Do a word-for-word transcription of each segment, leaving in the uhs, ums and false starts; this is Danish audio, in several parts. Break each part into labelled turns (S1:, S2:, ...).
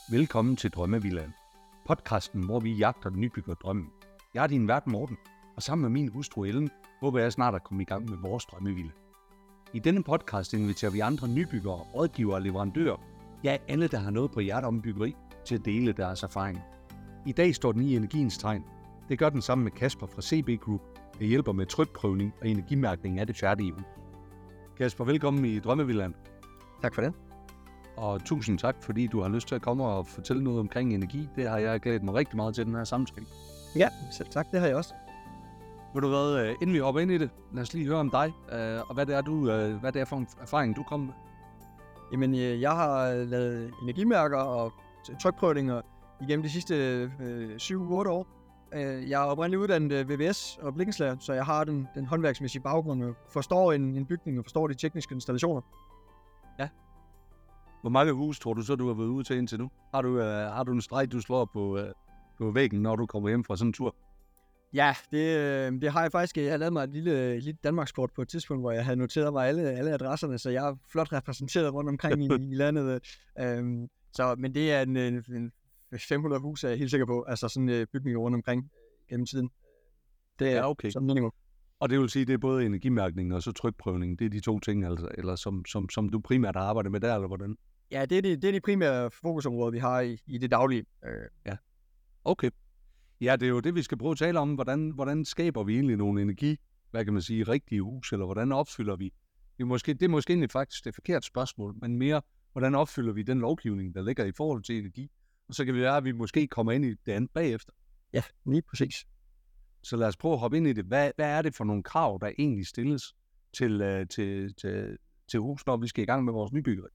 S1: Velkommen til Drømmevillaen, podcasten, hvor vi jagter den nybygger drømmen. Jeg er din vært Morten, og sammen med min hustru Ellen, håber jeg snart at komme i gang med vores drømmevilla. I denne podcast inviterer vi andre nybyggere, rådgivere og leverandører, ja alle, der har noget på hjertet om byggeri, til at dele deres erfaringer. I dag står den i energiens tegn. Det gør den sammen med Kasper fra C B Group, der hjælper med trykprøvning og energimærkning af det færdige hus. Kasper, velkommen i Drømmevillaen.
S2: Tak for det.
S1: Og tusind tak, fordi du har lyst til at komme og fortælle noget omkring energi. Det har jeg glædet mig rigtig meget til den her samtale.
S2: Ja, selv tak. Det har jeg også.
S1: Ved du hvad, inden vi hopper ind i det, lad os lige høre om dig, og hvad det er, du, hvad det er for en erfaring, du kom med.
S2: Jamen, jeg har lavet energimærker og trykprøvninger igennem de sidste øh, syv otte år. Jeg er oprindeligt uddannet V V S og blikkenslager, så jeg har den, den håndværksmæssige baggrund og forstår en, en bygning og forstår de tekniske installationer.
S1: Ja. Hvor mange hus tror du så, du har været ude til indtil nu? Har du, øh, har du en streg, du slår på, øh, på væggen, når du kommer hjem fra sådan en tur?
S2: Ja, det, øh, det har jeg faktisk. Jeg har lavet mig et lille, lille Danmarkskort på et tidspunkt, hvor jeg havde noteret mig alle, alle adresserne, så jeg er flot repræsenteret rundt omkring i, i landet. Øhm, så, men det er en, en, en fem hundrede hus, er jeg helt sikker på. Altså sådan en bygning rundt omkring gennem tiden. Det er
S1: ja, okay.
S2: Som minimum.
S1: Og det vil sige, det er både energimærkning og så trykprøvning. Det er de to ting, altså, eller som, som, som du primært har arbejdet med der, eller hvordan?
S2: Ja, det er de, det er de primære fokusområder, vi har i, i det daglige. Øh.
S1: Ja, okay. Ja, det er jo det, vi skal prøve at tale om. Hvordan, hvordan skaber vi egentlig nogle energi, hvad kan man sige, rigtige hus, eller hvordan opfylder vi? Det er måske, det er måske egentlig faktisk det forkerte spørgsmål, men mere, hvordan opfylder vi den lovgivning, der ligger i forhold til energi? Og så kan vi være, at vi måske kommer ind i det andet bagefter.
S2: Ja, lige præcis.
S1: Så lad os prøve at hoppe ind i det. Hvad, hvad er det for nogle krav, der egentlig stilles til, uh, til, til, til hus, når vi skal i gang med vores nybyggeri?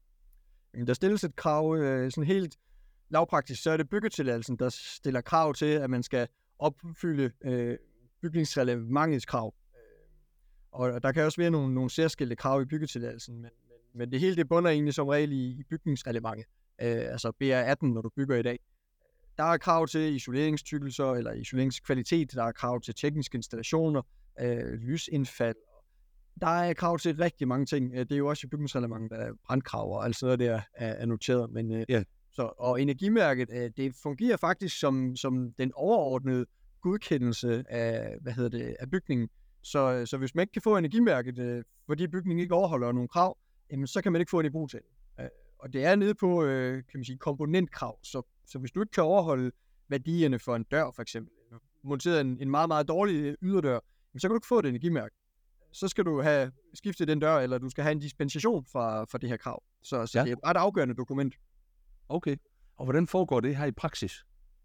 S2: Der stilles et krav, øh, sådan helt lavpraktisk, så er det byggetilladelsen, der stiller krav til, at man skal opfylde øh, bygningsreglementskrav. Og der kan også være nogle, nogle særskilte krav i byggetilladelsen, men, men, men det hele det bunder egentlig som regel i, i bygningsreglementet, øh, altså B R atten, når du bygger i dag. Der er krav til isoleringstykkelser eller isoleringskvalitet, der er krav til tekniske installationer, øh, lysindfald. Der er krav til rigtig mange ting. Det er jo også i bygningsreglementet, der er brandkrav og alt sådan noget der er noteret. Men,
S1: yeah.
S2: så, og energimærket, det fungerer faktisk som, som den overordnede godkendelse af, hvad hedder det, af bygningen. Så, så hvis man ikke kan få energimærket, fordi bygningen ikke overholder nogle krav, jamen, så kan man ikke få en i brug til det. Og det er nede på kan man sige, komponentkrav. Så, så hvis du ikke kan overholde værdierne for en dør, for eksempel, monteret en, en meget, meget dårlig yderdør, så kan du ikke få et energimærke. Så skal du have skiftet den dør, eller du skal have en dispensation fra, fra det her krav. Så, så ja. Det er et ret afgørende dokument.
S1: Okay. Og hvordan foregår det her i praksis?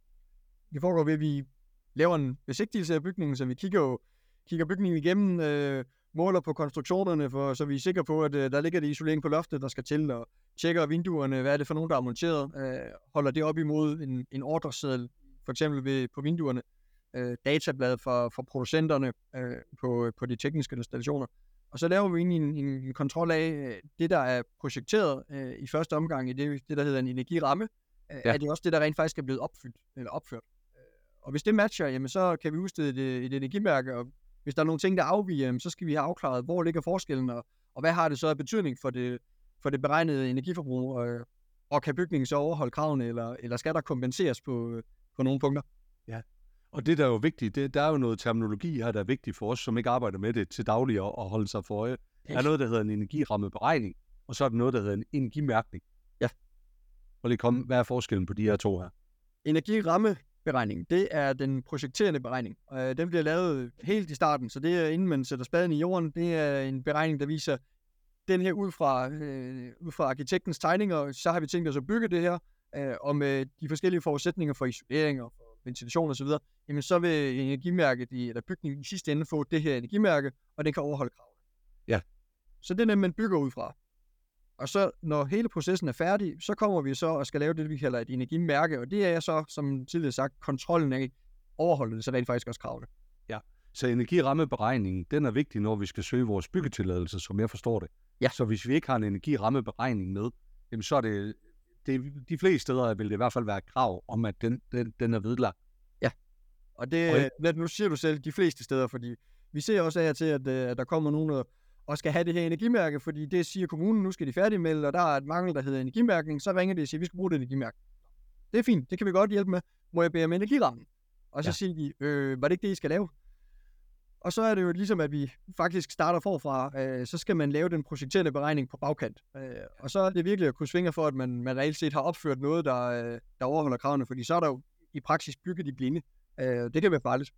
S2: Det foregår ved, at vi laver en besigtigelse af bygningen, så vi kigger, jo, kigger bygningen igennem, øh, måler på konstruktionerne, for, så vi er sikre på, at øh, der ligger det isolering på loftet, der skal til, og tjekker vinduerne, hvad er det for nogen, der er monteret, øh, holder det op imod en, en ordreseddel, for eksempel ved, på vinduerne, øh, datablad fra, fra producenterne øh, på, på de tekniske installationer. Og så laver vi egentlig en, en, en kontrol af øh, det, der er projekteret øh, i første omgang i det, det, der hedder en energiramme. Øh, ja. Er det også det, der rent faktisk er blevet opfyldt, eller opført? Øh, og hvis det matcher, jamen, så kan vi udstede et, et energimærke, og hvis der er nogle ting, der afviger, jamen, så skal vi have afklaret, hvor ligger forskellen, og, og hvad har det så af betydning for det, for det beregnede energiforbrug, og, og kan bygningen så overholde kravene, eller, eller skal der kompenseres på, på nogle punkter?
S1: Ja. Og det, der er jo vigtigt, det, der er jo noget terminologi her, der er vigtigt for os, som ikke arbejder med det til daglig at holde sig for øje. Der er noget, der hedder en energirammeberegning, og så er der noget, der hedder en energimærkning.
S2: Ja.
S1: Og lige komme, hvad er forskellen på de her to her?
S2: Energirammeberegning, det er den projekterende beregning. Og den bliver lavet helt i starten, så det er inden man sætter spaden i jorden. Det er en beregning, der viser den her ud fra, øh, ud fra arkitektens tegninger. Så har vi tænkt os at bygge det her, øh, og med de forskellige forudsætninger for isolering og for ventilation og så videre, jamen så vil energimærket i, eller bygningen i sidste ende få det her energimærke, og den kan overholde kravene.
S1: Ja.
S2: Så det er det, man bygger ud fra. Og så, når hele processen er færdig, så kommer vi så og skal lave det, vi kalder et energimærke, og det er så, som tidligere sagt, kontrollen af overholdet det, så rent faktisk også kravene.
S1: Ja, så energirammeberegningen, den er vigtig, når vi skal søge vores byggetilladelse, som jeg forstår det.
S2: Ja.
S1: Så hvis vi ikke har en energirammeberegning med, jamen så er det Det, de fleste steder vil det i hvert fald være krav om, at den, den, den er vedlagt.
S2: Ja, og det, og nu siger du selv de fleste steder, fordi vi ser også af til, at, at der kommer nogen og, og skal have det her energimærke, fordi det siger kommunen, nu skal de færdigmelde, og der er et mangel, der hedder energimærkning, så ringer de og siger, at vi skal bruge det energimærke. det er fint, det kan vi godt hjælpe med. Må jeg bede om energirammen? Og så
S1: Ja.
S2: siger de, øh, var det ikke det, I skal lave? Og så er det jo ligesom, at vi faktisk starter forfra, øh, så skal man lave den projekterende beregning på bagkant. Øh, og så er det virkelig at kunne svinge for, at man, man reelt set har opført noget, der, øh, der overholder kravene, fordi så er der jo i praksis bygget de blinde. Øh, det kan være farligt.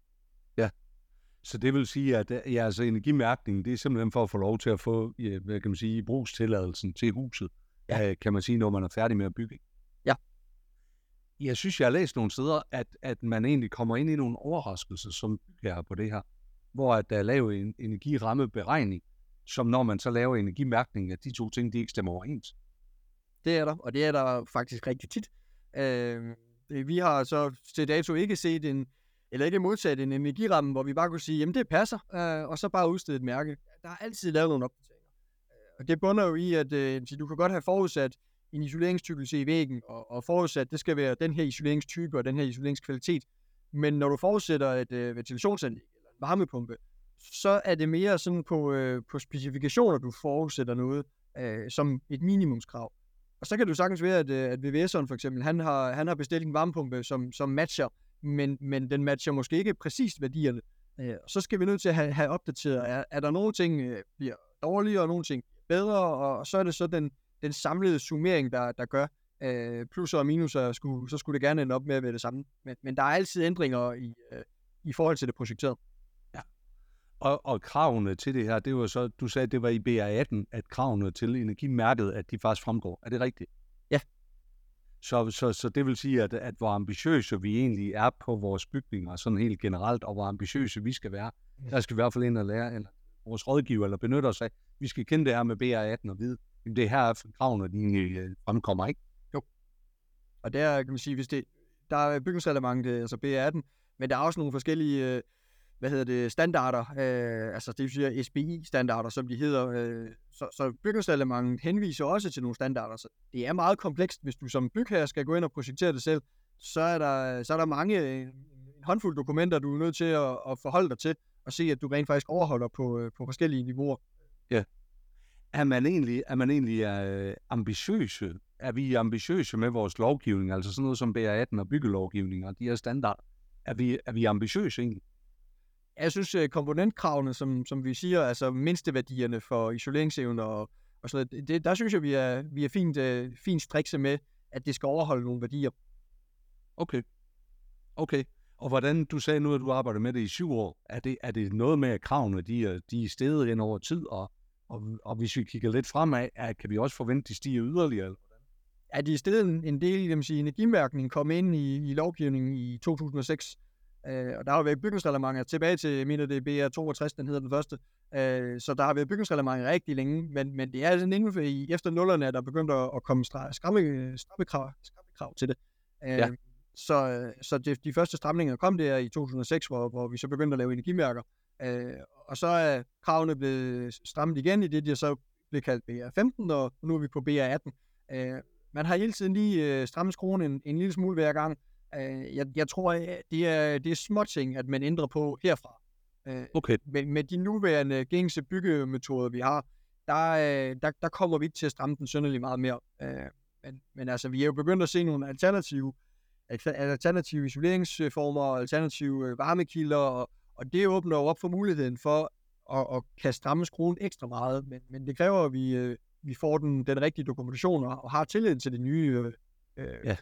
S1: Så det vil sige, at ja, altså energimærkning, det er simpelthen for at få lov til at få, ja, hvad kan man sige, brugstilladelsen til huset,
S2: Ja.
S1: ja. kan man sige, når man er færdig med at bygge.
S2: Ja.
S1: Jeg synes, jeg har læst nogle steder, at, at man egentlig kommer ind i nogle overraskelser som bygherre på det her, hvor at der er lavet en energirammeberegning, som når man så laver energimærkning, at de to ting, de ikke stemmer overens.
S2: Det er der, og det er der faktisk rigtig tit. Øh, vi har så til dato ikke set en, eller ikke modsat en energiramme, hvor vi bare kunne sige, jamen det passer, øh, og så bare udstede et mærke. Der er altid lavet nogle opdateringer. Øh, og det bunder jo i, at øh, du kan godt have forudsat en isoleringstykkelse i væggen, og, og forudsat, det skal være den her isoleringstype og den her isoleringskvalitet. Men når du forudsætter et øh, ventilationsanlæg eller en varmepumpe, så er det mere sådan på, øh, på specifikationer, du forudsætter noget øh, som et minimumskrav. Og så kan det jo sagtens være, at, at V V S'eren for eksempel, han har, han har bestilt en varmepumpe, som, som matcher, men, men den matcher måske ikke præcist værdierne. Øh, så skal vi nødt til at have, have opdateret, er, er der nogle ting øh, bliver dårligere, og nogle ting bedre, og, og så er det så den, den samlede summering, der, der gør øh, plusser og minuser, skulle, så skulle det gerne ende op med at være det samme. Men, men der er altid ændringer i, øh, i forhold til det projekterede.
S1: Og, og kravene til det her, det var så, du sagde, det var i B R atten, at kravene til energimærket, at de faktisk fremgår. Er det rigtigt?
S2: Ja.
S1: Så, så, så det vil sige, at, at hvor ambitiøse vi egentlig er på vores bygninger, sådan helt generelt, og hvor ambitiøse vi skal være, der skal vi i hvert fald ind og lære, eller vores rådgiver, eller benytte os af, vi skal kende det her med B R atten og vide, jamen det her er kravene, de egentlig fremkommer, ikke?
S2: Jo. Og der kan man sige, hvis det, der er bygningsreglementet, altså B R atten, men der er også nogle forskellige, øh, hvad hedder det, standarder, øh, altså det vil sige S B I-standarder, som de hedder, øh, så, så bygningsreglementet henviser også til nogle standarder, så det er meget komplekst, hvis du som bygherre skal gå ind og projektere det selv, så er der, så er der mange, en håndfuld dokumenter, du er nødt til at, at forholde dig til, og se, at du rent faktisk overholder på, på forskellige niveauer.
S1: Ja. Er man egentlig, er man egentlig øh, ambitiøse? Er vi ambitiøse med vores lovgivning, altså sådan noget som B R atten og byggelovgivning og de her standarder? Er vi, er vi ambitiøse egentlig?
S2: Jeg synes, komponentkravene, som, som vi siger, altså mindsteværdierne for isoleringsevne og, og sådan noget, det, der synes jeg, vi er, vi er fint, uh, fint strikse med, at det skal overholde nogle værdier.
S1: Okay. Okay. Og hvordan, du sagde nu, at du arbejder med det i syv år, er det, er det noget med, at kravene de, de er steget ind over tid, og, og, og hvis vi kigger lidt fremad, er, kan vi også forvente, at de stiger yderligere? Eller hvordan?
S2: Ja, de er steget en, en del, jeg vil sige, energimærkning kom ind i, i lovgivningen i to tusind og seks, Uh, og der har været bygningsreglementer tilbage til, jeg mener det er B R toogtres, den hedder den første. Uh, så der har været bygningsreglementer rigtig længe, men, men det er sådan inden for i, efter nullerne, at der begyndt at, at komme stramme, stramme, krav, stramme krav til det. Uh,
S1: Ja.
S2: Så, så det, de første stramninger kom der i to tusind og seks, hvor, hvor vi så begyndte at lave energimærker. Uh, og så er kravene blevet strammet igen i det, de så blev kaldt B R femten, og nu er vi på B R atten. Uh, man har hele tiden lige uh, strammet skruen en, en lille smule hver gang. Uh, jeg, jeg tror, det er, det er småting, at man ændrer på herfra. Uh,
S1: Okay.
S2: med, med de nuværende gængse byggemetoder, vi har, der, der, der kommer vi ikke til at stramme den synderligt meget mere. Uh, men, men altså, vi er jo begyndt at se nogle alternative, alternative isoleringsformer og alternative varmekilder, og, og det åbner jo op for muligheden for at, at kan stramme skruen ekstra meget, men, men det kræver, at vi, uh, vi får den, den rigtige dokumentation og, og har tillid til det nye. Uh,
S1: Ja.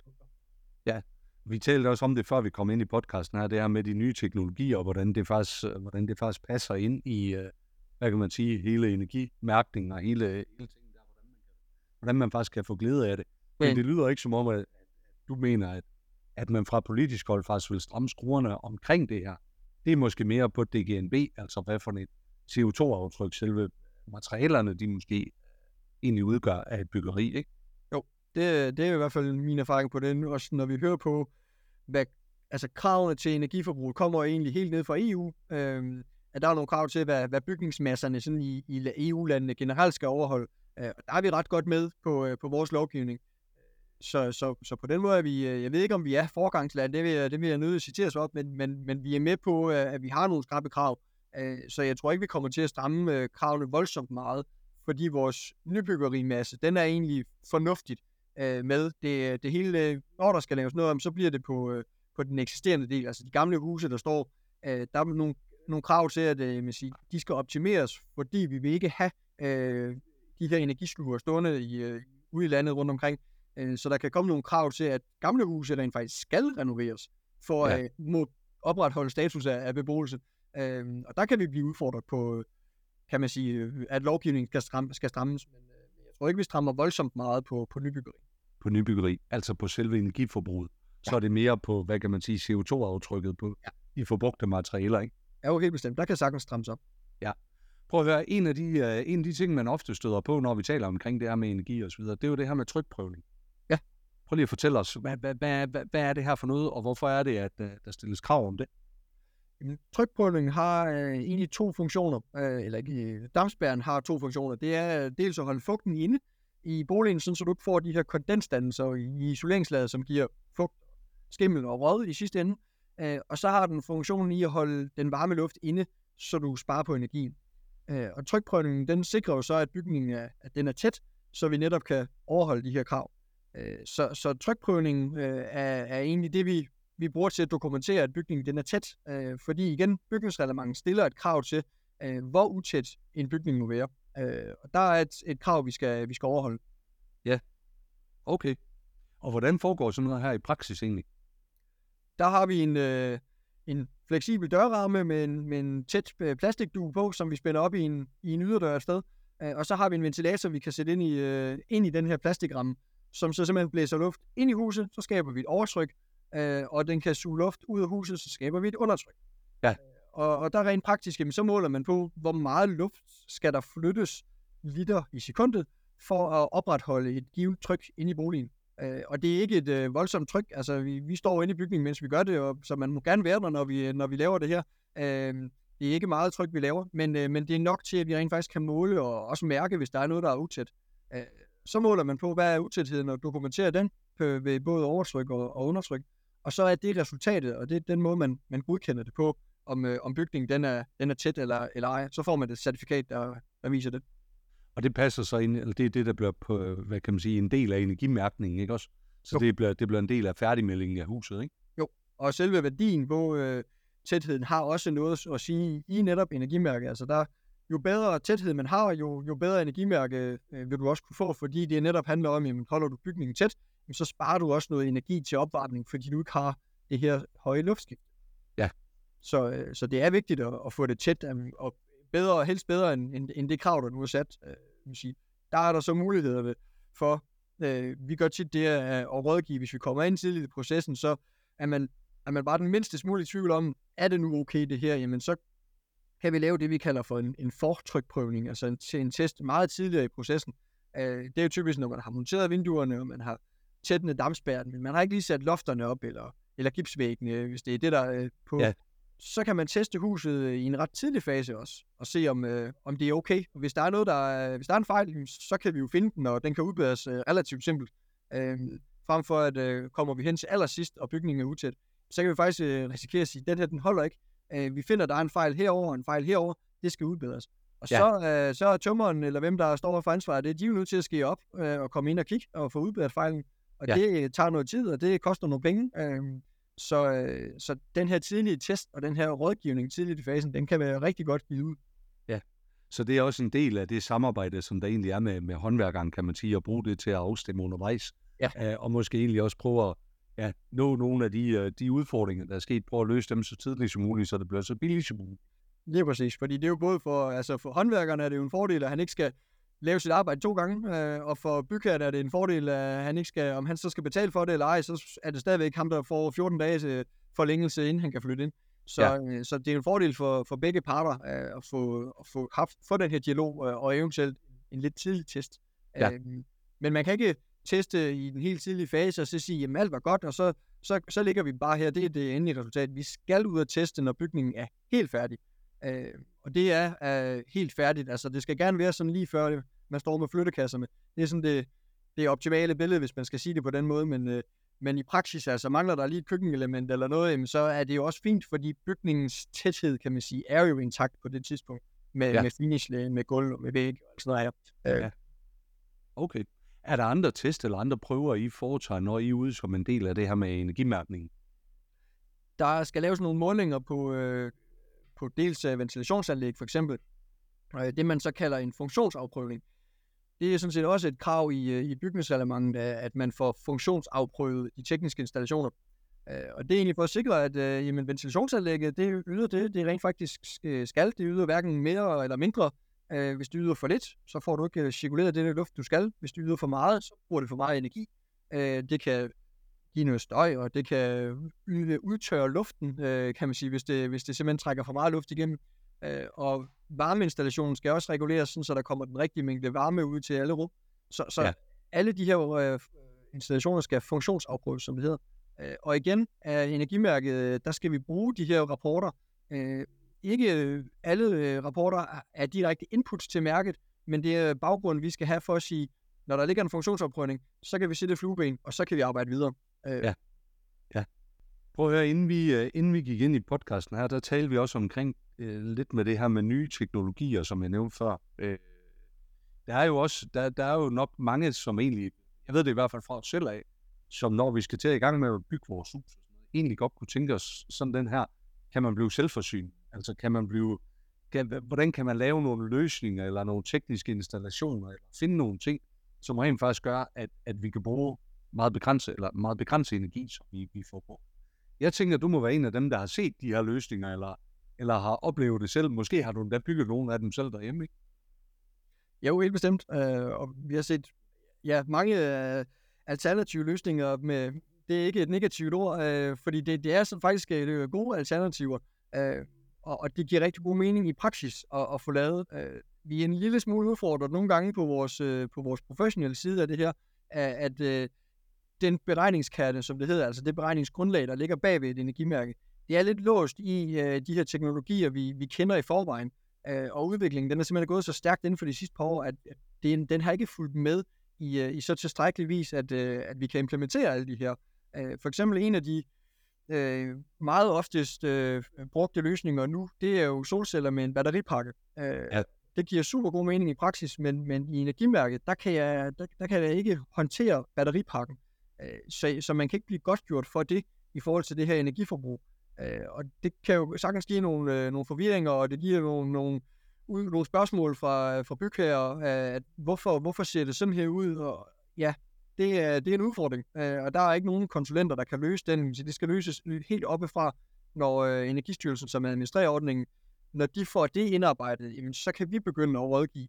S1: Ja. Vi talte også om det, før vi kom ind i podcasten her, det her med de nye teknologier, og hvordan det faktisk, hvordan det faktisk passer ind i, hvad kan man sige, hele energimærkningen og hele, hele tingen der, hvordan man, kan, hvordan man faktisk kan få glæde af det. Men
S2: Men-
S1: det lyder ikke som om, at du mener, at, at man fra politisk hold faktisk vil stramme skruerne omkring det her. Det er måske mere på D G N B, altså hvad for et C O to aftryk selve materialerne, de måske egentlig udgør af et byggeri, ikke?
S2: Det, det er i hvert fald min erfaring på det. Også når vi hører på, hvad altså kravene til energiforbrug kommer egentlig helt ned fra E U. Øhm, at der er nogle krav til, hvad, hvad bygningsmasserne sådan i, i E U-landene generelt skal overholde. Øh, og der er vi ret godt med på, øh, på vores lovgivning. Så, så, så på den måde er vi, jeg ved ikke om vi er forgangsland, det vil jeg, det vil jeg nødt citere os op, men, men, men vi er med på, at vi har nogle skrappe krav. Øh, så jeg tror ikke, vi kommer til at stramme øh, kravene voldsomt meget, fordi vores nybyggerimasse, den er egentlig fornuftigt øh, med. Det, det hele, øh, når der skal laves noget om, så bliver det på, øh, på den eksisterende del. Altså de gamle huse, der står, øh, der er nogle, nogle krav til, at øh, man siger, de skal optimeres, fordi vi vil ikke have øh, de her energistuer stående i, øh, ude i landet rundt omkring. Øh, så der kan komme nogle krav til, at gamle huse rent faktisk skal renoveres, for at ja. øh, må opretholde status af, af beboelse. Øh, og der kan vi blive udfordret på, kan man sige, at lovgivningen skal, stram, skal strammes, men øh, jeg tror ikke, vi strammer voldsomt meget på, på nybyggeri.
S1: På nybyggeri, altså på selve energiforbruget. Ja. Så er det mere på, hvad kan man sige, C O to aftrykket på ja. i forbrugte materialer, ikke?
S2: Ja, jo, helt bestemt. Der kan sagtens strammes op.
S1: Ja. Prøv at høre, en af de, uh, en af de ting, man ofte støder på, når vi taler omkring det her med energi og så videre, det er jo det her med trykprøvning.
S2: Ja.
S1: Prøv lige at fortælle os, hvad, hvad, hvad, hvad, hvad er det her for noget, og hvorfor er det, at uh, der stilles krav om det?
S2: Jamen, trykprøvningen har øh, egentlig to funktioner, øh, eller ikke, dampspærren har to funktioner. Det er dels at holde fugten inde i boligen, sådan, så du ikke får de her kondensdannelser i, i isoleringslaget, som giver fugt, skimmel og råd i sidste ende. Øh, og så har den funktionen i at holde den varme luft inde, så du sparer på energien. Øh, og trykprøvningen, den sikrer jo så, at bygningen er, at den er tæt, så vi netop kan overholde de her krav. Øh, så, så trykprøvningen øh, er, er egentlig det, vi vi bruger til at dokumentere, at bygningen den er tæt, øh, fordi igen, bygningsreglementet stiller et krav til, øh, hvor utæt en bygning må være. Øh, og der er et, et krav, vi skal, vi skal overholde.
S1: Ja, okay. Og hvordan foregår sådan noget her i praksis egentlig?
S2: Der har vi en, øh, en fleksibel dørramme med en, med en tæt plastikdug på, som vi spænder op i en, i en yderdør et sted. Øh, og så har vi en ventilator, vi kan sætte ind i, øh, ind i den her plastikramme, som så simpelthen blæser luft ind i huset, så skaber vi et overtryk, Øh, og den kan suge luft ud af huset, så skaber vi et undertryk.
S1: Ja.
S2: Og, og der er rent praktisk, jamen, så måler man på, hvor meget luft skal der flyttes liter i sekundet, for at opretholde et givet tryk inde i boligen. Øh, og det er ikke et øh, voldsomt tryk, altså vi, vi står inde i bygningen, mens vi gør det, og, så man må gerne være der, når vi, når vi laver det her. Øh, det er ikke meget tryk, vi laver, men, øh, men det er nok til, at vi rent faktisk kan måle, og også mærke, hvis der er noget, der er utæt. Øh, så måler man på, hvad er utætheden, og dokumenterer den øh, ved både overtryk og, og undertryk. Og så er det resultatet, og det er den måde, man, man godkender det på, om, øh, om bygningen den er, den er tæt eller, eller ej. Så får man et certifikat, der, der viser det.
S1: Og det passer så ind, eller det er det, der bliver på, hvad kan man sige, en del af energimærkningen, ikke også? Så det bliver, det bliver en del af færdigmeldingen af huset, ikke?
S2: Jo, og selve værdien på øh, tætheden har også noget at sige i netop energimærket. Altså der, jo bedre tæthed man har, jo, jo bedre energimærke øh, vil du også kunne få, fordi det netop handler om, at holder du bygningen tæt, så sparer du også noget energi til opvarmning, fordi du ikke har det her høje luftskift.
S1: Ja.
S2: Så, øh, så det er vigtigt at, at få det tæt, og bedre, helst bedre end, end, end det krav, der nu er sat. Øh, sige. Der er der så muligheder for, øh, vi gør tit det at, at rådgive, hvis vi kommer ind tidligt i processen, så er man, er man bare den mindste smule i tvivl om, er det nu okay det her, jamen så kan vi lave det, vi kalder for en, en fortrykprøvning, altså en, en test meget tidligere i processen. Øh, det er jo typisk, når man har monteret vinduerne, og man har tættende dampspærren, men man har ikke lige sat lofterne op, eller, eller gipsvæggene, hvis det er det, der er på. Ja. Så kan man teste huset i en ret tidlig fase også, og se, om, øh, om det er okay. Og hvis der er noget, der er, hvis der er en fejl, så kan vi jo finde den, og den kan udbedres øh, relativt simpelt. Øh, frem for, at øh, kommer vi hen til allersidst, og bygningen er utæt, så kan vi faktisk øh, risikere at sige, at den her, den holder ikke. Øh, vi finder, der er en fejl herover, en fejl herover, det skal udbedres. Og ja. så, øh, så er tømmeren, eller hvem der står for ansvaret, det er de jo nødt til at ske op, øh, og komme ind og kigge, og få udbedret fejlen. Og ja. det tager noget tid, og det koster nogle penge. Øh, så, øh, så den her tidlige test, og den her rådgivning tidligt i fasen, den kan være rigtig godt givet ud.
S1: Ja, så det er også en del af det samarbejde, som der egentlig er med, med håndværkeren, kan man sige, at bruge det til at afstemme undervejs. Ja. Øh, og måske egentlig også prøve at ja, nå nogle af de, de udfordringer, der er sket, prøve at løse dem så tidligt som muligt, så det bliver så billigt som muligt.
S2: Lige præcis, fordi det er jo både for, altså for håndværkerne er det jo en fordel, at han ikke skal lave sit arbejde to gange, øh, og for bygherren er det en fordel, at han ikke skal, om han så skal betale for det eller ej, så er det stadigvæk ham, der får fjorten dage forlængelse, inden han kan flytte ind. Så, ja. øh, så det er en fordel for, for begge parter øh, at få, at få haft for den her dialog, øh, og eventuelt en lidt tidlig test. Ja. Øh, men man kan ikke teste i den helt tidlige fase, og så sige, at alt var godt, og så, så, så ligger vi bare her. Det er det endelige resultat. Vi skal ud og teste, når bygningen er helt færdig. Øh, og det er øh, helt færdigt. Altså, det skal gerne være sådan lige før man står med flyttekasserne. Det er sådan det, det optimale billede, hvis man skal sige det på den måde, men, øh, men i praksis, altså mangler der lige et køkkenelement eller noget, jamen, så er det jo også fint, fordi bygningens tæthed, kan man sige, er jo intakt på det tidspunkt, med, ja. med finish, med gulv og med væg og sådan noget her. Øh.
S1: Ja. Okay. Er der andre test eller andre prøver, I foretager, når I er ude som en del af det her med energimærkning?
S2: Der skal laves nogle målinger på, øh, på dels øh, ventilationsanlæg for eksempel. Øh, det man så kalder en funktionsafprøvning. Det er sådan set også et krav i, øh, i bygningsreglementet, at man får funktionsafprøvet de tekniske installationer. Øh, og det er egentlig for at sikre, at øh, jamen, ventilationsanlægget, det yder det, det rent faktisk skal. Det yder hverken mere eller mindre. Øh, hvis du yder for lidt, så får du ikke cirkuleret det luft, du skal. Hvis du yder for meget, så bruger det for meget energi. Øh, det kan give noget støj, og det kan udtørre luften, øh, kan man sige, hvis det, hvis det simpelthen trækker for meget luft igennem. Øh, og varmeinstallationen skal også reguleres, sådan, så der kommer den rigtige mængde varme ud til alle rum. Så, så ja. alle de her øh, installationer skal funktionsafprøves, som det hedder. Øh, og igen, af energimærket, der skal vi bruge de her rapporter. Øh, ikke alle øh, rapporter er direkte inputs til mærket, men det er baggrunden, vi skal have for at sige, når der ligger en funktionsafprøvning, så kan vi sætte et flueben, og så kan vi arbejde videre. Øh.
S1: Ja. ja. Prøv at høre, inden vi, inden vi gik ind i podcasten her, der talte vi også omkring øh, lidt med det her med nye teknologier, som jeg nævnte før. Øh, der er jo også, der, der er jo nok mange, som egentlig, jeg ved det i hvert fald fra os selv af, som når vi skal til at i gang med at bygge vores hus, egentlig godt kunne tænke os sådan den her, kan man blive selvforsynet? Altså kan man blive, kan, hvordan kan man lave nogle løsninger, eller nogle tekniske installationer, eller finde nogle ting, som rent faktisk gør, at, at vi kan bruge meget begrænset, eller meget begrænset energi, som vi, vi får på. Jeg tænker, at du må være en af dem, der har set de her løsninger, eller, eller har oplevet det selv. Måske har du endda bygget nogle af dem selv derhjemme, ikke?
S2: Jo, helt bestemt. Øh, og vi har set ja, mange øh, alternative løsninger med, det er ikke et negativt ord, øh, fordi det, det er så faktisk øh, gode alternativer, øh, og, og det giver rigtig god mening i praksis at, at få lavet. Øh, vi er en lille smule udfordret nogle gange på vores, øh, på vores professionelle side af det her, at, at øh, den beregningskarte, som det hedder, altså det beregningsgrundlag, der ligger bag ved et energimærke, det er lidt låst i øh, de her teknologier, vi, vi kender i forvejen, øh, og udviklingen, den er simpelthen gået så stærkt inden for de sidste par år, at, at det, den har ikke fulgt med i, øh, i så tilstrækkelig vis, at, øh, at vi kan implementere alle de her. Øh, for eksempel en af de øh, meget oftest øh, brugte løsninger nu, det er jo solceller med en batteripakke. Øh, ja. Det giver super god mening i praksis, men, men i energimærket, der kan, jeg, der, der kan jeg ikke håndtere batteripakken. Øh, så, så man kan ikke blive godtgjort for det i forhold til det her energiforbrug. Øh, og det kan jo sagtens give nogle, øh, nogle forvirringer, og det giver nogle, nogle, nogle spørgsmål fra, fra bygherrer, øh, at hvorfor, hvorfor ser det sådan her ud? Og ja, det er, det er en udfordring, øh, og der er ikke nogen konsulenter, der kan løse den. Så det skal løses helt oppefra, når øh, Energistyrelsen, som administrerer ordningen, når de får det indarbejdet, jamen, så kan vi begynde at rådgive.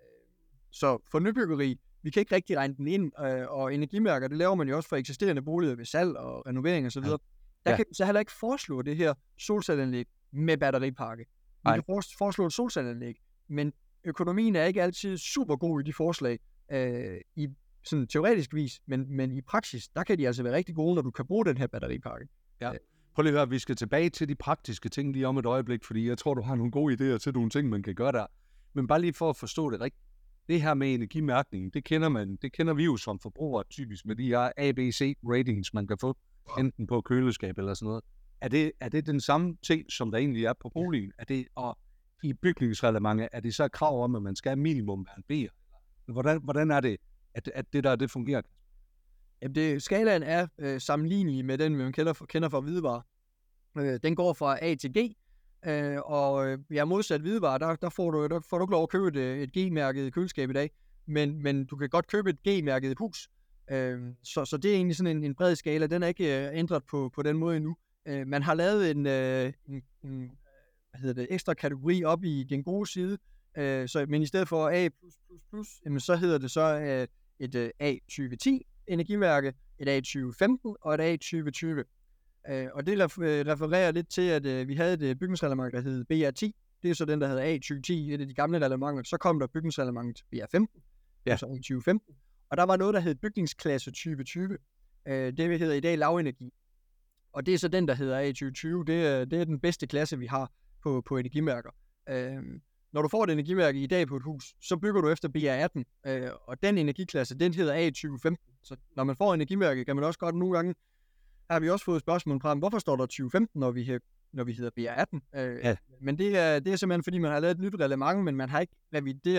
S2: Så for nybyggeri, vi kan ikke rigtig regne den ind, øh, og energimærker, det laver man jo også for eksisterende boliger ved salg og renovering osv. Ja. Der kan vi så heller ikke foreslå det her solcelleanlæg med batteripakke. Vi Nej. kan foreslå et solcelleanlæg, men økonomien er ikke altid super god i de forslag, øh, i sådan teoretisk vis, men, men i praksis, der kan de altså være rigtig gode, når du kan bruge den her batteripakke.
S1: Ja. Prøv lige at høre, vi skal tilbage til de praktiske ting lige om et øjeblik, fordi jeg tror, du har nogle gode idéer til nogle ting, man kan gøre der. Men bare lige for at forstå det rigtigt. Det her med energimærkning, det kender man, det kender vi jo som forbrugere typisk med de her A B C ratings, man kan få enten på køleskab eller sådan noget. Er det, er det den samme ting, som der egentlig er på boligen? Er det, og i bygningsreglementet, er det så et krav om, at man skal have minimum være en B'er? Hvordan, hvordan er det, at, at det der, det fungerer?
S2: Jamen det, skalaen er øh, sammenlignelig med den, man kender, kender fra hvidevarer. Øh, den går fra A til G, øh, og ja, modsat hvidevarer, der, der, får du, der får du ikke lov at købe et, et G-mærket køleskab i dag, men, men du kan godt købe et G-mærket hus. Øh, så, så det er egentlig sådan en, en bred skala. Den er ikke øh, ændret på, på den måde endnu. Øh, man har lavet en, øh, en, en hvad hedder det, ekstra kategori op i den gode side, øh, så, men i stedet for A plus plus plus, jamen, så hedder det så øh, et øh, A tyve ti energimærke, et A tyve femten og et A tyve tyve. Øh, og det refererer lidt til, at øh, vi havde et bygningsreglement, der hed B R ti. Det er så den, der hedder A tyve ti, et af de gamle reglementer. Så kom der bygningsreglementet B R femten, ja. Altså A tyve femten. Og der var noget, der hed bygningsklasse tyve tyve. Øh, det hedder i dag lavenergi. Og det er så den, der hedder A tyve tyve. Det er, det er den bedste klasse, vi har på, på energimærker. Øh, når du får et energimærke i dag på et hus, så bygger du efter B R atten. Øh, og den energiklasse, den hedder A tyve femten. Så når man får energimærke, kan man også godt nogle gange, har vi også fået spørgsmål fra, hvorfor står der tyve femten, når vi, når vi hedder B R atten? Øh, ja. Men det er, det er simpelthen, fordi man har lavet et nyt reglement, men man har ikke revideret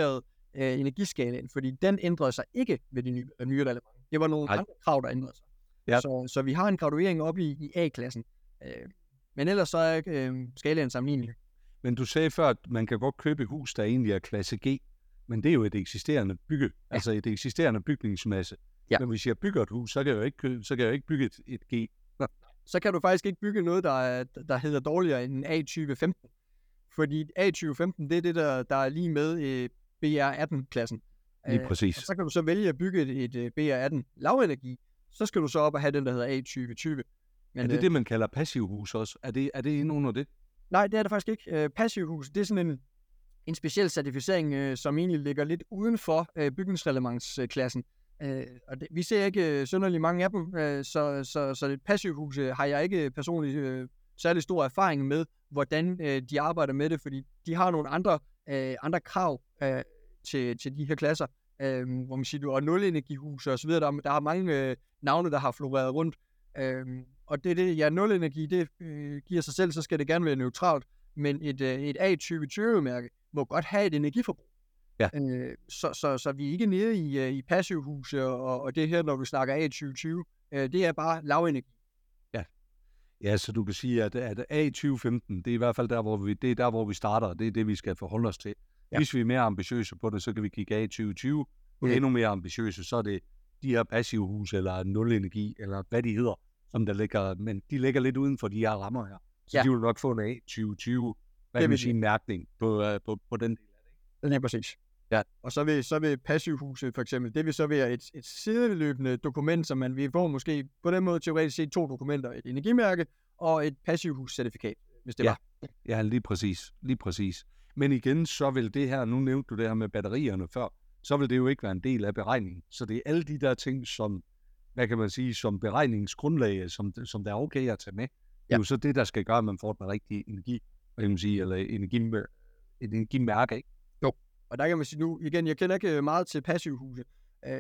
S2: øh, energiskalaen, fordi den ændrede sig ikke ved de nye, øh, nye reglementer. Det var nogle
S1: Nej.
S2: andre krav, der ændrede sig.
S1: Ja.
S2: Så, så vi har en graduering op i, i A-klassen. Øh, men ellers så er øh, skalaen sammenlignelig.
S1: Men du sagde før, at man kan godt købe et hus, der egentlig er klasse G, men det er jo et eksisterende bygge, ja. altså et eksisterende bygningsmasse.
S2: Ja.
S1: Men hvis jeg bygger et hus, så kan jeg jo ikke, købe, så kan jeg jo ikke bygge et, et G. Nå.
S2: Så kan du faktisk ikke bygge noget, der, er, der hedder dårligere end A tyve femten. Fordi A tyve femten, det er det, der, der er lige med øh, B R atten-klassen.
S1: Lige præcis.
S2: Øh, så kan du så vælge at bygge et, et B R atten lavenergi. Så skal du så op og have den, der hedder A tyve tyve. Men,
S1: er det
S2: øh,
S1: det, man kalder passivhus også? Er det, er det inde under det?
S2: Nej, det er det faktisk ikke. Øh, passivhus, det er sådan en, en speciel certificering, øh, som egentlig ligger lidt uden for øh, bygningsreglementsklassen. Øh, og det, vi ser ikke øh, synderligt mange af dem, øh, så, så, så et passivhus øh, har jeg ikke personligt øh, særlig stor erfaring med, hvordan øh, de arbejder med det, fordi de har nogle andre, øh, andre krav øh, til, til de her klasser, øh, hvor man siger, du har nulenergihus og så videre. Der, der er mange øh, navne, der har floreret rundt. Øh, og det er det, ja, nulenergi, det øh, giver sig selv, så skal det gerne være neutralt, men et, øh, et A tyve tyve-mærke må godt have et energiforbrug.
S1: Ja.
S2: Øh, så, så, så vi er ikke nede i, uh, i passivhuse, og, og det her, når vi snakker A tyve tyve, øh, det er bare lavenergi.
S1: Ja. Ja, så du kan sige, at, at A tyve femten, det er i hvert fald der, hvor vi, det er der, hvor vi starter, det er det, vi skal forholde os til. Ja. Hvis vi er mere ambitiøse på det, så kan vi kigge A tyve tyve, og
S2: Okay.
S1: endnu mere ambitiøse, så er det de her passivhuse, eller nulenergi, eller hvad de hedder, som der ligger, men de ligger lidt uden for de her rammer her. Så
S2: Ja.
S1: de vil nok få en A tyve tyve, hvad
S2: Det
S1: kan man
S2: vil
S1: sige,
S2: de.
S1: mærkning på, uh, på, på den del af det.
S2: Den er præcis.
S1: Ja.
S2: Og så vil, så vil passivhuse for eksempel, det vil så være et, et sideløbende dokument, som man vil få måske på den måde teoretisk set to dokumenter, et energimærke og et passivhuscertifikat, hvis det
S1: Ja.
S2: var.
S1: Ja, lige præcis. Lige præcis. Men igen, så vil det her, nu nævnte du det her med batterierne før, så vil det jo ikke være en del af beregningen. Så det er alle de der ting, som, hvad kan man sige, som beregningsgrundlag, som, som der er okay at tage med. Det er
S2: Ja.
S1: jo så det, der skal gøre, at man får den rigtige energi, hvad kan man sige, eller energimærke, energimærke, ikke?
S2: Og der kan man sige nu, igen, jeg kender ikke meget til passivhuse, øh,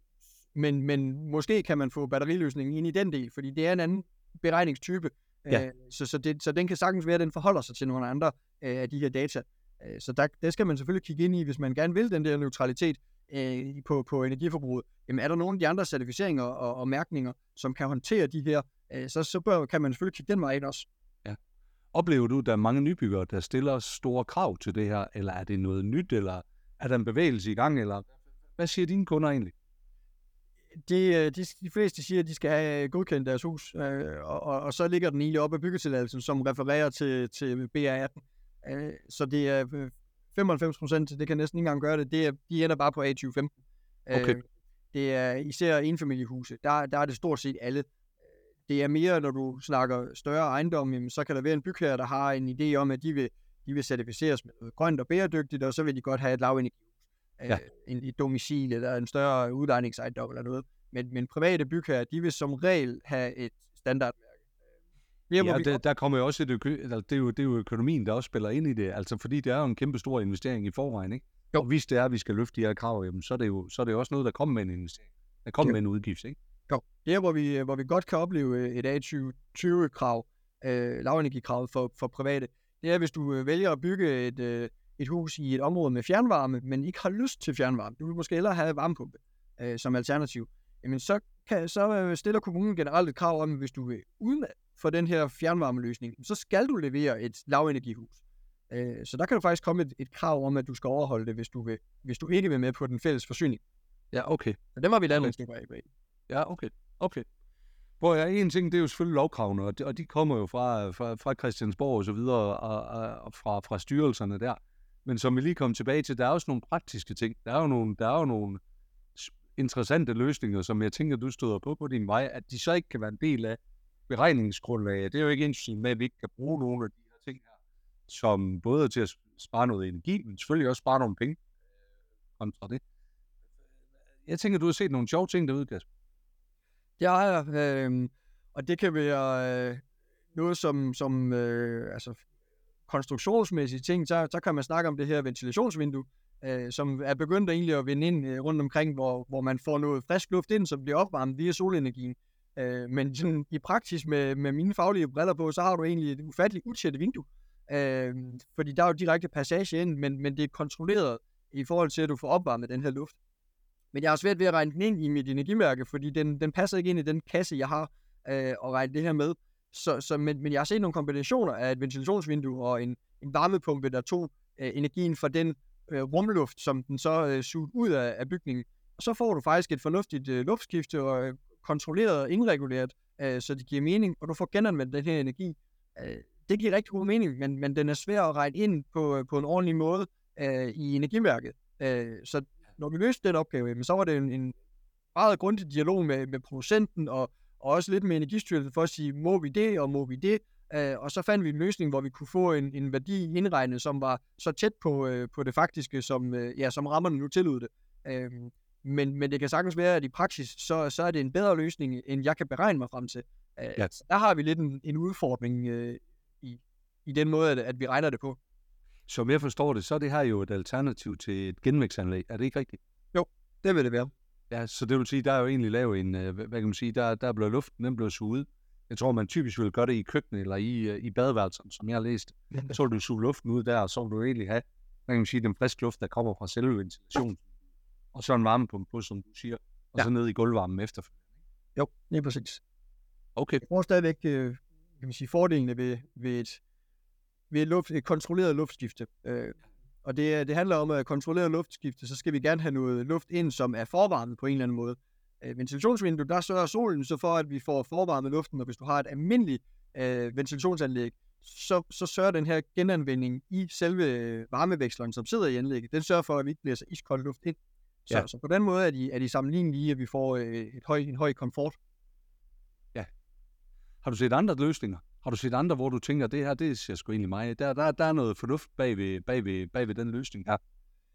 S2: men, men måske kan man få batteriløsningen ind i den del, fordi det er en anden beregningstype.
S1: Ja.
S2: Øh, så, så, det, så den kan sagtens være, at den forholder sig til nogle andre øh, af de her data. Øh, så der, der skal man selvfølgelig kigge ind i, hvis man gerne vil den der neutralitet øh, på, på energiforbruget. Jamen er der nogle af de andre certificeringer og, og mærkninger, som kan håndtere de her, øh, så, så bør, kan man selvfølgelig kigge den vej ind også.
S1: Oplever du, at der er mange nybyggere, der stiller store krav til det her, eller er det noget nyt, eller er der en bevægelse i gang, eller hvad siger dine kunder egentlig?
S2: De, de, de fleste siger, at de skal have godkendt deres hus, øh, og, og, og så ligger den egentlig op af byggetilladelsen, som refererer til, til B R atten. Øh, så det er øh, femoghalvfems procent, det kan næsten ikke engang gøre det, det er, de ender bare på A tyve femten.
S1: Okay.
S2: Øh, det er især enfamiliehuse, der, der er det stort set alle. Det er mere, når du snakker større ejendomme, jamen, så kan der være en bygherre, der har en idé om, at de vil, de vil certificeres med noget grønt og bæredygtigt, og så vil de godt have et lavenergihus.
S1: Ja.
S2: Øh, en, et domicil eller en større udlejningsejendom eller noget. Men, men private bygherrer, de vil som regel have et standardmærke. Det er, hvor
S1: Ja,
S2: vi
S1: der, der kommer jo også et øko, eller det, er jo, det er jo økonomien, der også spiller ind i det, altså fordi det er jo en kæmpe stor investering i forvejen, ikke?
S2: Jo.
S1: Og hvis det er, at vi skal løfte de her krav, jamen, så er det jo så er det jo også noget, der kommer med en investering. Der kommer
S2: Jo.
S1: med en udgift, ikke?
S2: Jo. Det er, hvor vi, hvor vi godt kan opleve et A tyve tyve-krav, øh, lavenergikrav for, for private. Det er, hvis du øh, vælger at bygge et, øh, et hus i et område med fjernvarme, men ikke har lyst til fjernvarme. Du vil måske hellere have varmepumpe øh, som alternativ. Jamen, så, kan, så øh, stiller kommunen generelt et krav om, at hvis du vil uden for den her fjernvarmeløsning, så skal du levere et lavenergihus. Øh, så der kan du faktisk komme et, et krav om, at du skal overholde det, hvis du, vil, hvis du ikke vil med på den fælles forsyning.
S1: Ja, okay.
S2: Så dem har vi lavet nogle stykker af.
S1: Ja, okay. Okay. Hvor ja, en ting, det er jo selvfølgelig lovkravene, og de, og de kommer jo fra, fra, fra Christiansborg og så videre, og, og, og fra, fra styrelserne der. Men som vi lige kom tilbage til, der er også nogle praktiske ting. Der er jo nogle, der er jo nogle interessante løsninger, som jeg tænker, du støder på på din vej, at de så ikke kan være en del af beregningsgrundlaget. Det er jo ikke ens med, at vi ikke kan bruge nogle af de her ting her, som både er til at spare noget energi, men selvfølgelig også spare nogle penge kontra det. Jeg tænker, du har set nogle sjove ting derude, Kasper.
S2: Det har jeg, øh, og det kan være øh, noget som, som øh, altså konstruktionsmæssige ting, så, så kan man snakke om det her ventilationsvindue, øh, som er begyndt egentlig at vinde ind øh, rundt omkring, hvor, hvor man får noget frisk luft ind, som bliver opvarmet via solenergien. Øh, men sådan, i praksis med, med mine faglige briller på, så har du egentlig et ufatteligt utæt vindue, øh, fordi der er jo direkte passage ind, men, men det er kontrolleret i forhold til, at du får opvarmet den her luft. Men jeg har svært ved at regne den ind i mit energimærke, fordi den, den passer ikke ind i den kasse, jeg har, øh, og regne det her med. Så, så, men, men jeg har set nogle kombinationer af et ventilationsvindue og en, en varmepumpe, der tog øh, energien fra den øh, rumluft, som den så øh, sugede ud af, af bygningen. Og så får du faktisk et fornuftigt øh, luftskifte, og øh, kontrolleret og indreguleret, øh, så det giver mening, og du får genanvendt den her energi. Øh, det giver rigtig god mening, men, men den er svær at regne ind på, på en ordentlig måde øh, i energimærket. Øh, så når vi løste den opgave, så var det en, en meget grundig dialog med, med producenten, og, og også lidt med Energistyrelsen for at sige, må vi det, og må vi det? Øh, og så fandt vi en løsning, hvor vi kunne få en, en værdi indregnet, som var så tæt på, øh, på det faktiske, som, øh, ja, som rammerne nu tillod det. Øh, men, men det kan sagtens være, at i praksis, så, så er det en bedre løsning, end jeg kan beregne mig frem til. Øh, ja. Der har vi lidt en, en udfordring øh, i, i den måde, at, at vi regner det på.
S1: Som jeg forstår det, så er det her jo et alternativ til et genvækstanlæg. Er det ikke rigtigt?
S2: Jo, det vil det være.
S1: Ja, så det vil sige, der er jo egentlig lavet en, hvad kan man sige, der, der er blevet luften, den blev suget ud. Jeg tror, man typisk vil gøre det i køkkenet eller i, i badeværelsen, som jeg har læst. Så vil du suge luften ud der, og så vil du egentlig have, hvad kan man sige, den friske luft, der kommer fra selve ventilationen. Og så en varmepumpe på, som du siger, og ja. Så ned i gulvvarmen efterfølgende.
S2: Jo, lige præcis.
S1: Okay.
S2: Jeg tror stadigvæk, kan man sige, fordelene ved, ved et ved et, luft, et kontrolleret luftskifte. Øh, og det, det handler om at kontrollere luftskifte, så skal vi gerne have noget luft ind, som er forvarmet på en eller anden måde. Øh, ventilationsvindue, der sørger solen så for, at vi får forvarmet luften, og hvis du har et almindeligt øh, ventilationsanlæg, så, så sørger den her genanvending i selve varmeveksleren, som sidder i anlægget, den sørger for, at vi ikke bliver så iskold luft ind. Så, ja. så på den måde er de, er de sammenlignelige, at vi får øh, et høj, en høj komfort.
S1: Ja. Har du set andre løsninger? Har du set andre, hvor du tænker, det her, det ser sgu egentlig mig. Der, der, der er noget fornuft bag ved, bag ved, bag ved den løsning her.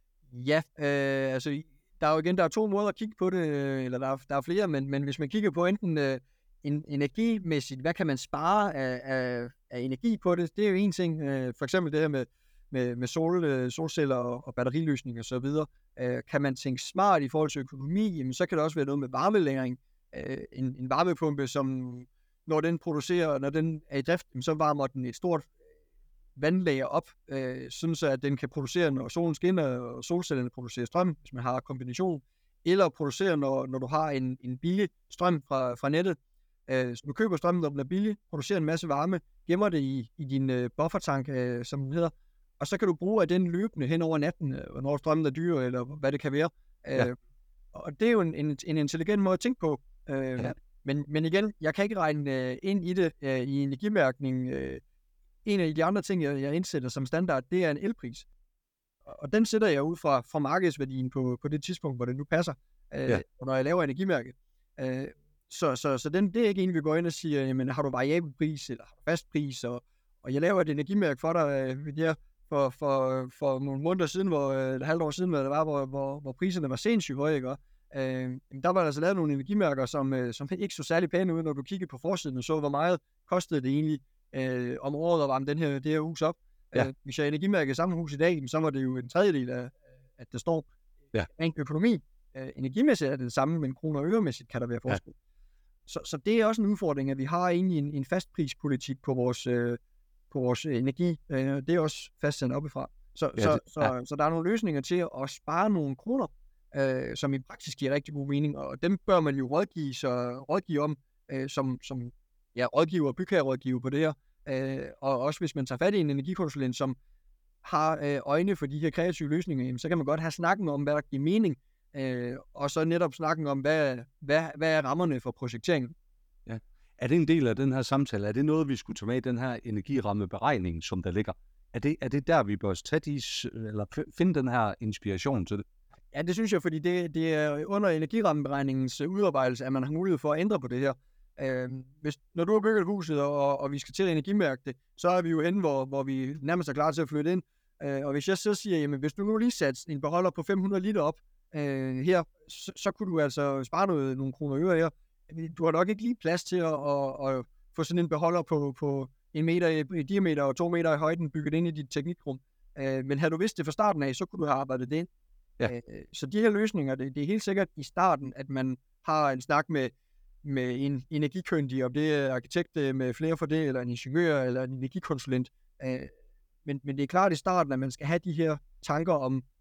S2: Ja, øh, altså, der er jo igen, der er to måder at kigge på det, eller der er, der er flere, men, men hvis man kigger på enten øh, en, energimæssigt, hvad kan man spare af, af, af energi på det, det er jo en ting. Øh, for eksempel det her med, med, med sol, øh, solceller og, og batteriløsninger og så videre. Øh, kan man tænke smart i forhold til økonomi, jamen, så kan det også være noget med varmelagring. Øh, en, en varmepumpe, som når den producerer, når den er i drift, så varmer den et stort vandlager op, øh, sådan så at den kan producere, når solen skinner, og solcellerne producerer strøm, hvis man har kombination, eller producere, når, når du har en, en billig strøm fra, fra nettet. Øh, så du køber strømmen, når den er billig, producerer en masse varme, gemmer det i, i din øh, buffertank, øh, som den hedder, og så kan du bruge af den løbende hen over natten, øh, når strømmen er dyr, eller hvad det kan være. Øh, ja. Og det er jo en, en, en intelligent måde at tænke på. Øh, ja. Men, men igen, jeg kan ikke regne øh, ind i det øh, i energimærkning. Øh, en af de andre ting, jeg, jeg indsætter som standard, det er en elpris. Og, og den sætter jeg ud fra, fra markedsværdien på, på det tidspunkt, hvor det nu passer, øh, ja. Når jeg laver energimærket. Øh, så så, så den, det er ikke en, vi går ind og siger, jamen, har du variabel pris, eller har du fast pris? Og, og jeg laver et energimærke for dig, øh, der, for, for, for nogle måneder siden, hvor, øh, et halvt år siden, hvor, det var, hvor, hvor, hvor priserne var sindssygt høje, ikke? Øh, der var der altså lavet nogle energimærker, som, øh, som ikke så særlig pæne ud, når du kiggede på forsiden og så, hvor meget kostede det egentlig øh, om året at varme den her, det her hus op. Ja. Øh, hvis jeg energimærker i samme hus i dag, så var det jo en tredjedel af, at det står.
S1: Ja.
S2: En økonomi. Øh, energimæssigt er det det samme, men kroner og øremæssigt kan der være forskel. Ja. Så, så det er også en udfordring, at vi har egentlig en, en fastprispolitik på vores, øh, på vores energi. Øh, det er også fastsat oppefra. Så, ja, så, det, ja. så, så der er nogle løsninger til at spare nogle kroner, Øh, som i praksis giver rigtig god mening, og dem bør man jo rådgive, så, rådgive om, øh, som, som ja, rådgiver og bygherrerådgiver på det her, øh, og også hvis man tager fat i en energikonsulent, som har øh, øjne for de her kreative løsninger, jamen, så kan man godt have snakken om, hvad der giver mening, øh, og så netop snakken om, hvad, hvad, hvad er rammerne for projekteringen.
S1: Ja. Er det en del af den her samtale? Er det noget, vi skulle tage med i den her energirammeberegning, som der ligger? Er det, er det der, vi bør tage de, eller finde den her inspiration til det?
S2: Ja, det synes jeg, fordi det, det er under energirammeberegningens udarbejdelse, at man har mulighed for at ændre på det her. Øh, hvis, når du har bygget huset, og, og vi skal til at energimærke det, så er vi jo henne, hvor, hvor vi nærmest er klar til at flytte ind. Øh, og hvis jeg så siger, jamen hvis du nu lige satte en beholder på fem hundrede liter op øh, her, så, så kunne du altså spare noget, nogle kroner øre her. Du har nok ikke lige plads til at, at, at få sådan en beholder på, på en meter i, i diameter og to meter i højden bygget ind i dit teknikrum. Øh, men havde du vidst det fra starten af, så kunne du have arbejdet det ind. Ja. Så de her løsninger, det, det er helt sikkert i starten, at man har en snak med, med en energikyndig, om det er arkitekt med flere for det, eller en ingeniør, eller en energikonsulent. Men, men det er klart i starten, at man skal have de her tanker om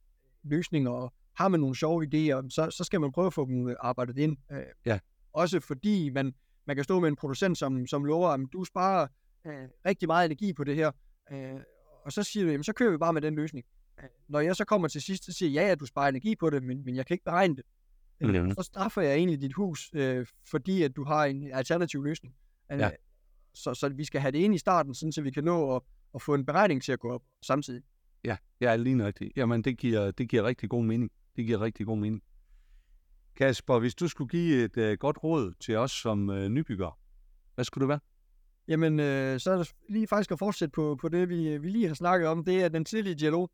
S2: løsninger, og har man nogle sjove idéer, så, så skal man prøve at få dem arbejdet ind. Øh,
S1: Ja.
S2: Også fordi man, man kan stå med en producent, som, som lover, at du sparer øh, rigtig meget energi på det her, øh, og så siger du, jamen så kører vi bare med den løsning. Øh, når jeg så kommer til sidst, så siger jeg, ja, at du sparer energi på det, men, men jeg kan ikke beregne det. Øh,
S1: Mm.
S2: Så straffer jeg egentlig dit hus, øh, fordi at du har en alternativ løsning. Øh,
S1: Ja.
S2: så, så vi skal have det ind i starten, sådan, så vi kan nå at, at få en beregning til at gå op samtidig.
S1: Ja, ja, lige nøjagtigt. Jamen, det giver, det giver rigtig god mening. Det giver rigtig god mening. Kasper, hvis du skulle give et uh, godt råd til os som uh, nybyggere, hvad skulle det være?
S2: Jamen, øh, så er det lige faktisk at fortsætte på, på det, vi, vi lige har snakket om, det er den tidlige dialog.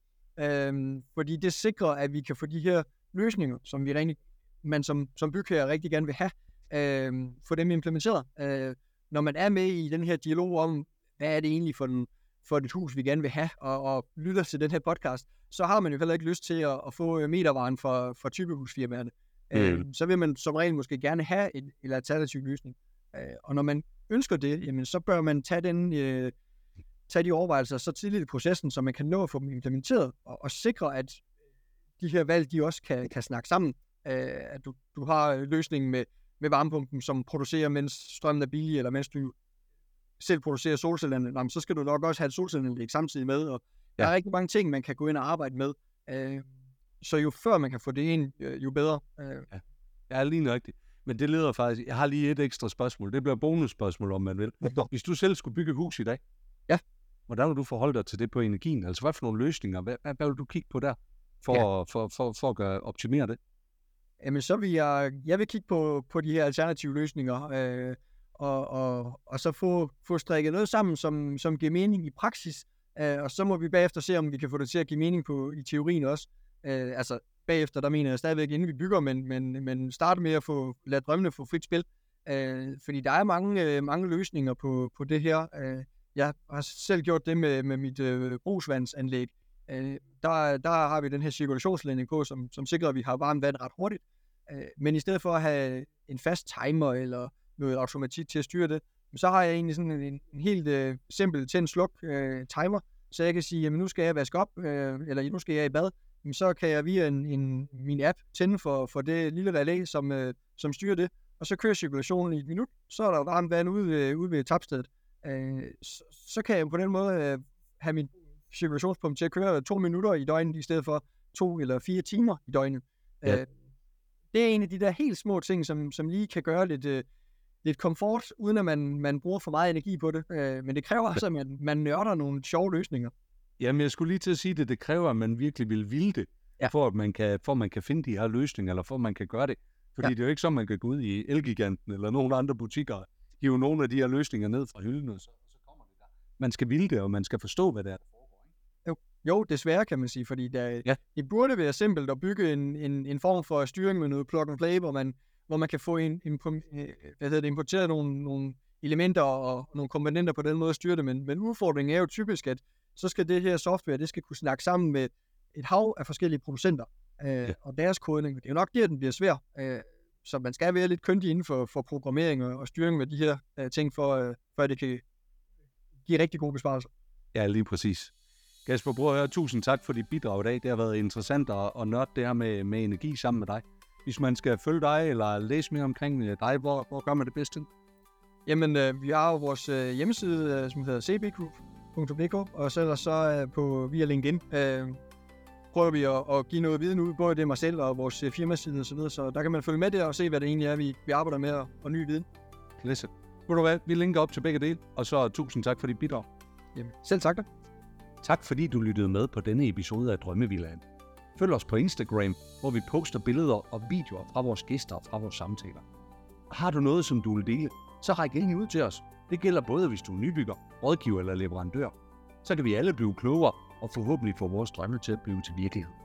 S2: Øh, fordi det sikrer, at vi kan få de her løsninger, som vi rigtig, man som, som bygherre rigtig gerne vil have, øh, få dem implementeret. Øh, når man er med i den her dialog om, hvad er det egentlig for, den, for et hus, vi gerne vil have, og, og lytter til den her podcast, så har man jo heller ikke lyst til at, at få metervaren fra, fra typehusfirmaerne. Mm. Øh, så vil man som regel måske gerne have en, en alternativ løsning. Øh, og når man ønsker det, jamen, så bør man tage, den, øh, tage de overvejelser så tidligt i processen, så man kan nå at få dem implementeret, og, og sikre, at de her valg, de også kan, kan snakke sammen. Øh, at du, du har løsningen med, med varmepumpen, som producerer, mens strømmen er billig, eller mens du selv producerer solcellerne, jamen, så skal du nok også have et solcelleanlæg samtidig med, og ja. Der er rigtig mange ting, man kan gå ind og arbejde med. Øh, så jo før man kan få det ind, jo bedre. Øh.
S1: Ja, jeg er lige nøjagtigt. Men det leder faktisk, jeg har lige et ekstra spørgsmål. Det bliver bonusspørgsmål, om man vil. Hvis du selv skulle bygge et hus i dag,
S2: ja.
S1: Hvordan vil du forholde dig til det på energien? Altså, hvad for nogle løsninger? Hvad, hvad, hvad vil du kigge på der, for, ja. for, for, for at gøre, optimere det?
S2: Jamen, så vil jeg, jeg vil kigge på, på de her alternative løsninger, øh, og, og, og så få, få strikket noget sammen, som, som giver mening i praksis, øh, og så må vi bagefter se, om vi kan få det til at give mening på, i teorien også. Øh, altså, bagefter, der mener jeg stadigvæk, inden vi bygger, men, men, men starte med at få, lade drømmene få frit spil. Øh, fordi der er mange, øh, mange løsninger på, på det her. Øh, jeg har selv gjort det med, med mit øh, brugsvandsanlæg. Øh, der, der har vi den her cirkulationsledning på, som, som sikrer, at vi har varmt vand ret hurtigt. Øh, men i stedet for at have en fast timer eller noget automatik til at styre det, så har jeg egentlig sådan en, en helt øh, simpel tænd-sluk øh, timer, så jeg kan sige, jamen nu skal jeg vaske op, øh, eller nu skal jeg i bad. Men så kan jeg via en, en, min app tænde for, for det lille relæ, som, øh, som styrer det, og så kører cirkulationen i et minut, så er der varmt vand ude, øh, ude ved tapstedet. Øh, så, så kan jeg på den måde øh, have min cirkulationspumpe til at køre to minutter i døgnet, i stedet for to eller fire timer i døgnet. Ja. Øh, det er en af de der helt små ting, som, som lige kan gøre lidt, øh, lidt komfort, uden at man, man bruger for meget energi på det. Øh, men det kræver også, at man, man nørder nogle sjove løsninger.
S1: Jamen, jeg skulle lige til at sige det. Det kræver, at man virkelig vil ville det, ja. for, at man kan, for at man kan finde de her løsninger, eller for at man kan gøre det. Fordi ja. Det er jo ikke så, man kan gå ud i Elgiganten eller nogle andre butikker, hive nogle af de her løsninger ned fra hylden, og så, så kommer det der. Man skal ville det, og man skal forstå, hvad det er, der foregår. Ikke?
S2: Jo, jo, desværre kan man sige, fordi der, ja. det burde være simpelt at bygge en, en, en form for styring med noget plug and play, hvor man, hvor man kan få en, en, hvad hedder det, importeret nogle, nogle elementer og nogle komponenter på den måde at styre det. Men, men udfordringen er jo typisk, at så skal det her software, det skal kunne snakke sammen med et hav af forskellige producenter øh, ja. og deres kodning. Det er jo nok der, den bliver svær. Øh, så man skal være lidt kyndig inden for, for programmering og, og styring med de her øh, ting, for, øh, for at det kan give rigtig gode besparelser.
S1: Ja, lige præcis. Kasper Brøger, tusind tak for dit bidrag i dag. Det har været interessant at, at nørde det her med, med energi sammen med dig. Hvis man skal følge dig eller læse mere omkring dig, hvor, hvor gør man det bedst til?
S2: Jamen, øh, vi har jo vores øh, hjemmeside, øh, som hedder c b group punktum d k, og så er der så øh, på, via LinkedIn øh, prøver vi at, at give noget viden ud, både det mig selv og vores øh, firmaside og så videre, så der kan man følge med der og se, hvad det egentlig er, vi, vi arbejder med og, og ny viden.
S1: Læse. Ved du hvad, vi linker op til begge dele, og så tusind tak for dit bidrag.
S2: Jamen, selv tak da.
S1: Tak fordi du lyttede med på denne episode af Drømmevillaen. Følg os på Instagram, hvor vi poster billeder og videoer fra vores gæster og fra vores samtaler. Har du noget, som du vil dele, så ræk endelig ud til os. Det gælder både, hvis du er nybygger, rådgiver eller leverandør. Så kan vi alle blive klogere og forhåbentlig få vores drømme til at blive til virkelighed.